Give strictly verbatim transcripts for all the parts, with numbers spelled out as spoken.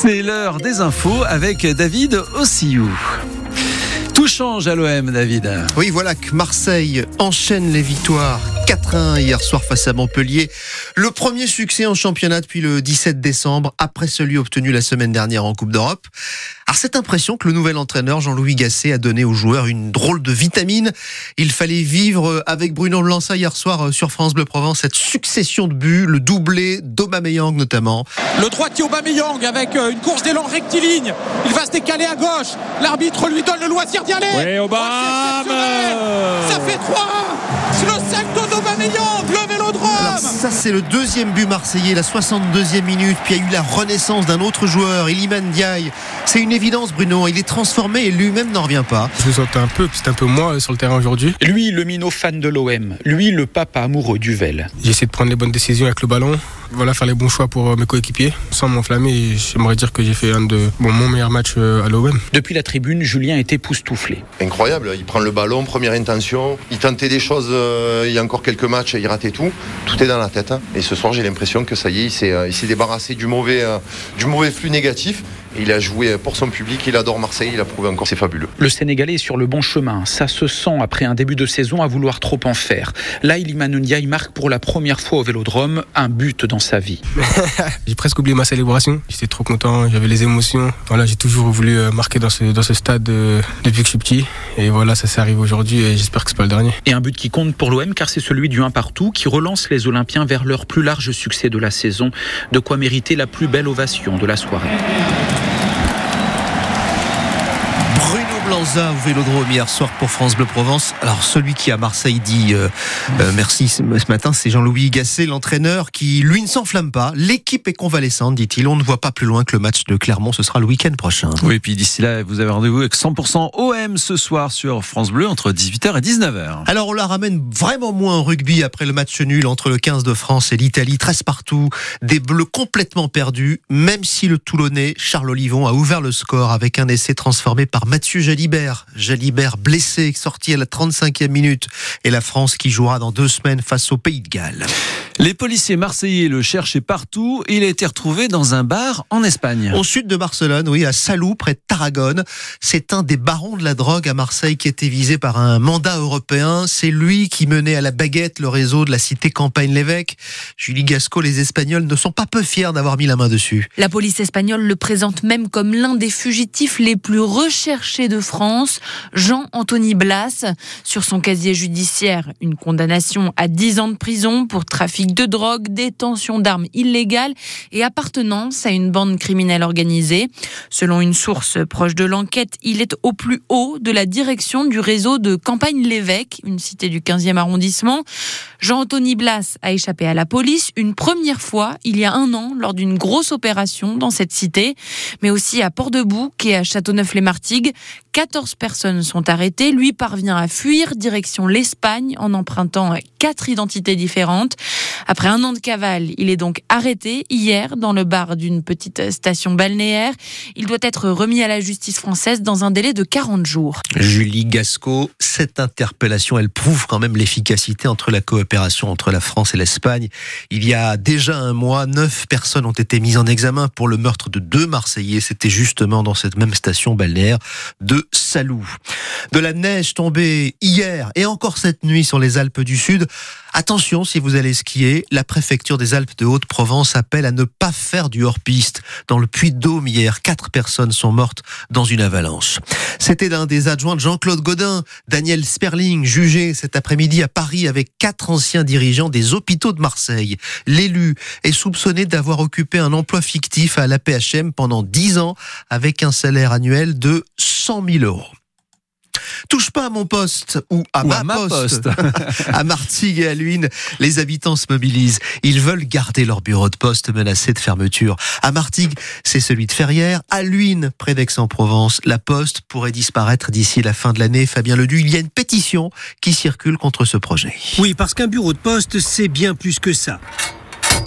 C'est l'heure des infos avec David Ossiou. Tout change à l'O M, David. Oui, voilà que Marseille enchaîne les victoires. quatre un hier soir face à Montpellier. Le premier succès en championnat depuis le dix-sept décembre, après celui obtenu la semaine dernière en Coupe d'Europe. Alors cette impression que le nouvel entraîneur Jean-Louis Gasset a donné aux joueurs une drôle de vitamine. Il fallait vivre avec Bruno Blança hier soir sur France Bleu Provence cette succession de buts, le doublé d'Aubameyang notamment. Le droitier Aubameyang avec une course d'élan rectiligne. Il va se décaler à gauche. L'arbitre lui donne le loisir d'y aller. Oui, Aubame. Ça fait trois un. C'est le salto d'Aubameyang, le Vélodrome. Alors ça c'est le deuxième but marseillais, la soixante-deuxième minute. Puis il y a eu la renaissance d'un autre joueur, Iliman Ndiaye. C'est une évidence, Bruno, il est transformé et lui-même n'en revient pas. Je le sentais un peu, c'est un peu moi sur le terrain aujourd'hui. Lui, le minot fan de l'O M, lui, le papa amoureux du Vel. J'essaie de prendre les bonnes décisions avec le ballon, voilà, faire les bons choix pour mes coéquipiers. Sans m'enflammer, j'aimerais dire que j'ai fait un de bon, mon meilleur match à l'O M. Depuis la tribune, Julien était époustouflé. Incroyable, il prend le ballon, première intention, il tentait des choses, euh, il y a encore quelques matchs, il ratait tout. Tout est dans la tête. Hein. Et ce soir, j'ai l'impression que ça y est, il s'est, euh, il s'est débarrassé du mauvais, euh, du mauvais flux négatif. Et il a joué pour son public, il adore Marseille, il a prouvé encore, c'est fabuleux. Le Sénégalais est sur le bon chemin, ça se sent après un début de saison à vouloir trop en faire. Là, Iliman Ndiaye marque pour la première fois au Vélodrome un but dans sa vie. J'ai presque oublié ma célébration, j'étais trop content, j'avais les émotions. Voilà, j'ai toujours voulu marquer dans ce, dans ce stade euh, depuis que je suis petit. Et voilà, ça s'est arrivé aujourd'hui et j'espère que c'est pas le dernier. Et un but qui compte pour l'O M car c'est celui du un partout qui relance les Olympiens vers leur plus large succès de la saison. De quoi mériter la plus belle ovation de la soirée. Blanza au Vélodrome hier soir pour France Bleu Provence. Alors celui qui à Marseille dit euh, euh, merci ce matin, c'est Jean-Louis Gasset, l'entraîneur qui lui ne s'enflamme pas. L'équipe est convalescente, dit-il. On ne voit pas plus loin que le match de Clermont, ce sera le week-end prochain. Oui, et puis d'ici là, vous avez rendez-vous avec cent pour cent O M ce soir sur France Bleu entre dix-huit heures et dix-neuf heures. Alors on la ramène vraiment moins en rugby après le match nul entre le quinze de France et l'Italie, treize partout, des Bleus complètement perdus, même si le Toulonnais Charles Olivon a ouvert le score avec un essai transformé par Mathieu Jalibert. Jalibert blessé, sorti à la trente-cinquième minute. Et la France qui jouera dans deux semaines face au Pays de Galles. Les policiers marseillais le cherchaient partout. Il a été retrouvé dans un bar en Espagne. Au sud de Barcelone, oui, à Salou, près de Tarragone. C'est un des barons de la drogue à Marseille qui était visé par un mandat européen. C'est lui qui menait à la baguette le réseau de la cité Campagne-l'Évêque. Julie Gasco, les Espagnols ne sont pas peu fiers d'avoir mis la main dessus. La police espagnole le présente même comme l'un des fugitifs les plus recherchés de France. Jean-Anthony Blas. Sur son casier judiciaire, une condamnation à dix ans de prison pour trafic de drogue, détention d'armes illégales et appartenance à une bande criminelle organisée. Selon une source proche de l'enquête, il est au plus haut de la direction du réseau de Campagne-l'Évêque, une cité du quinzième arrondissement. Jean-Anthony Blas a échappé à la police une première fois, il y a un an, lors d'une grosse opération dans cette cité, mais aussi à Port-de-Bouc et à Châteauneuf-les-Martigues. quatorze personnes sont arrêtées. Lui parvient à fuir direction l'Espagne en empruntant quatre identités différentes. Après un an de cavale, il est donc arrêté hier dans le bar d'une petite station balnéaire. Il doit être remis à la justice française dans un délai de quarante jours. Julie Gasco, cette interpellation, elle prouve quand même l'efficacité entre la coopération entre la France et l'Espagne. Il y a déjà un mois, neuf personnes ont été mises en examen pour le meurtre de deux Marseillais. C'était justement dans cette même station balnéaire de Salou. De la neige tombée hier et encore cette nuit sur les Alpes du Sud. Attention, si vous allez skier, la préfecture des Alpes de Haute-Provence appelle à ne pas faire du hors-piste. Dans le Puy-de-Dôme hier, quatre personnes sont mortes dans une avalanche. C'était l'un des adjoints de Jean-Claude Gaudin, Daniel Sperling, jugé cet après-midi à Paris avec quatre anciens dirigeants des hôpitaux de Marseille. L'élu est soupçonné d'avoir occupé un emploi fictif à l'A P H M pendant dix ans avec un salaire annuel de cent mille euros. Touche pas à mon poste ou à, ou ma, à ma poste. poste. À Martigues et à Luynes, les habitants se mobilisent. Ils veulent garder leur bureau de poste menacé de fermeture. À Martigues, c'est celui de Ferrières. À Luynes, près d'Aix-en-Provence, la poste pourrait disparaître d'ici la fin de l'année. Fabien Ledu, il y a une pétition qui circule contre ce projet. Oui, parce qu'un bureau de poste, c'est bien plus que ça.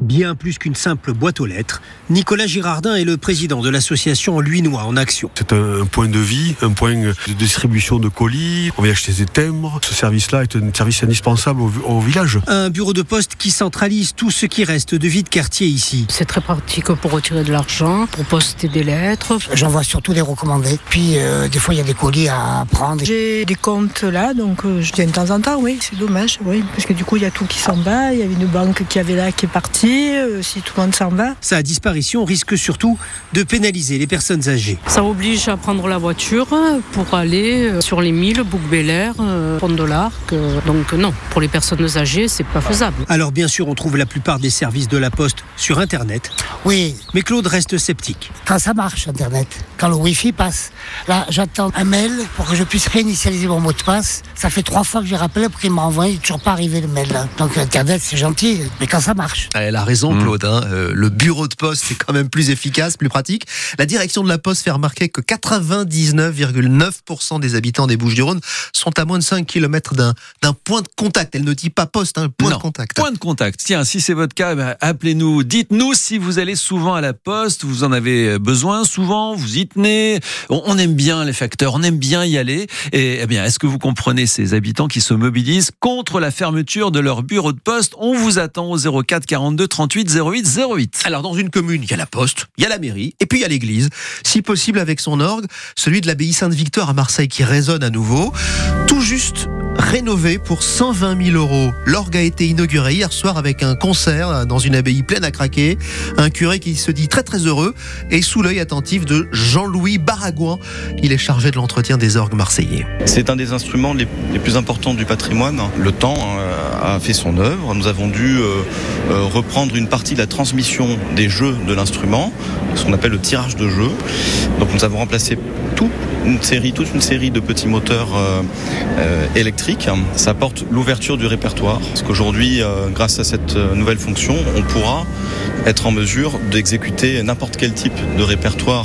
bien plus qu'une simple boîte aux lettres. Nicolas Girardin est le président de l'association Luinois en action. C'est un point de vie, un point de distribution de colis. On vient acheter des timbres. Ce service-là est un service indispensable au, au village. Un bureau de poste qui centralise tout ce qui reste de vie de quartier ici. C'est très pratique pour retirer de l'argent, pour poster des lettres. J'envoie surtout des recommandés. Puis euh, des fois il y a des colis à prendre. J'ai des comptes là, donc euh, je viens de temps en temps, oui, c'est dommage, oui, parce que du coup il y a tout qui s'en va. Il y avait une banque qui avait là qui est partie, euh, si tout le monde s'en va. Sa disparition risque surtout de pénaliser les personnes âgées. Ça oblige à prendre la voiture pour aller sur les milles, Bouc-Bélair, euh, Pont de l'Arc. Euh, donc non, pour les personnes âgées, c'est pas faisable. Alors bien sûr, on trouve la plupart des services de la Poste sur Internet. Oui. Mais Claude reste sceptique. Quand ça marche, Internet, quand le Wi-Fi passe. Là, j'attends un mail pour que je puisse réinitialiser mon mot de passe. Ça fait trois fois que j'ai rappelé pour qu'il m'a envoyé, il n'est toujours pas arrivé le mail. Là. Donc Internet, c'est gentil, mais quand ça marche. Elle a raison, Claude. Hein. Euh, le bureau de poste, c'est quand même plus efficace, plus pratique. La direction de la Poste fait remarquer que quatre-vingt-dix-neuf virgule neuf pour cent des habitants des Bouches-du-Rhône sont à moins de cinq kilomètres d'un, d'un point de contact. Elle ne dit pas poste, hein, point non, de contact. Point de contact. Tiens, si c'est votre cas, ben, appelez-nous. Dites-nous si vous allez souvent à la Poste, vous en avez besoin souvent, vous y tenez. On, on aime bien les facteurs, on aime bien y aller. Et eh bien, est-ce que vous comprenez ces habitants qui se mobilisent contre la fermeture de leur bureau de poste? On vous attend au zéro quatre quarante-deux trente-huit zéro huit zéro huit. Alors, dans une commune, il y a la Poste, il y a la mairie, et puis il y a l'église. Si possible, avec son orgue, celui de l'abbaye Sainte-Victoire à Marseille qui résonne à nouveau. Tout juste rénové pour cent vingt mille euros. L'orgue a été inauguré hier soir avec un concert dans une abbaye pleine à craquer. Un curé qui se dit très très heureux et sous l'œil attentif de Jean-Louis Baragouin. Il est chargé de l'entretien des orgues marseillais. C'est un des instruments les, les plus importants du patrimoine. Le temps euh, a fait son œuvre. Nous avons dû euh, euh, reprendre une partie de la transmission des jeux de l'instrument, ce qu'on appelle le tirage de jeu. Donc nous avons remplacé tout une série, toute une série de petits moteurs euh, euh, électriques. Ça apporte l'ouverture du répertoire. Parce qu'aujourd'hui, euh, grâce à cette nouvelle fonction, on pourra être en mesure d'exécuter n'importe quel type de répertoire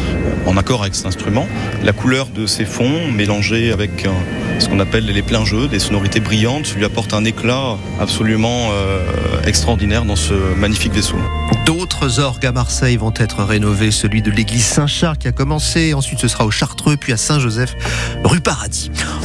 en accord avec cet instrument. La couleur de ces fonds, mélangée avec euh, ce qu'on appelle les pleins jeux, des sonorités brillantes, lui apporte un éclat absolument euh, extraordinaire dans ce magnifique vaisseau. D'autres orgues à Marseille vont être rénovés. Celui de l'église Saint-Charles qui a commencé, ensuite ce sera au Chartreux, puis à Saint-Joseph, rue Paradis.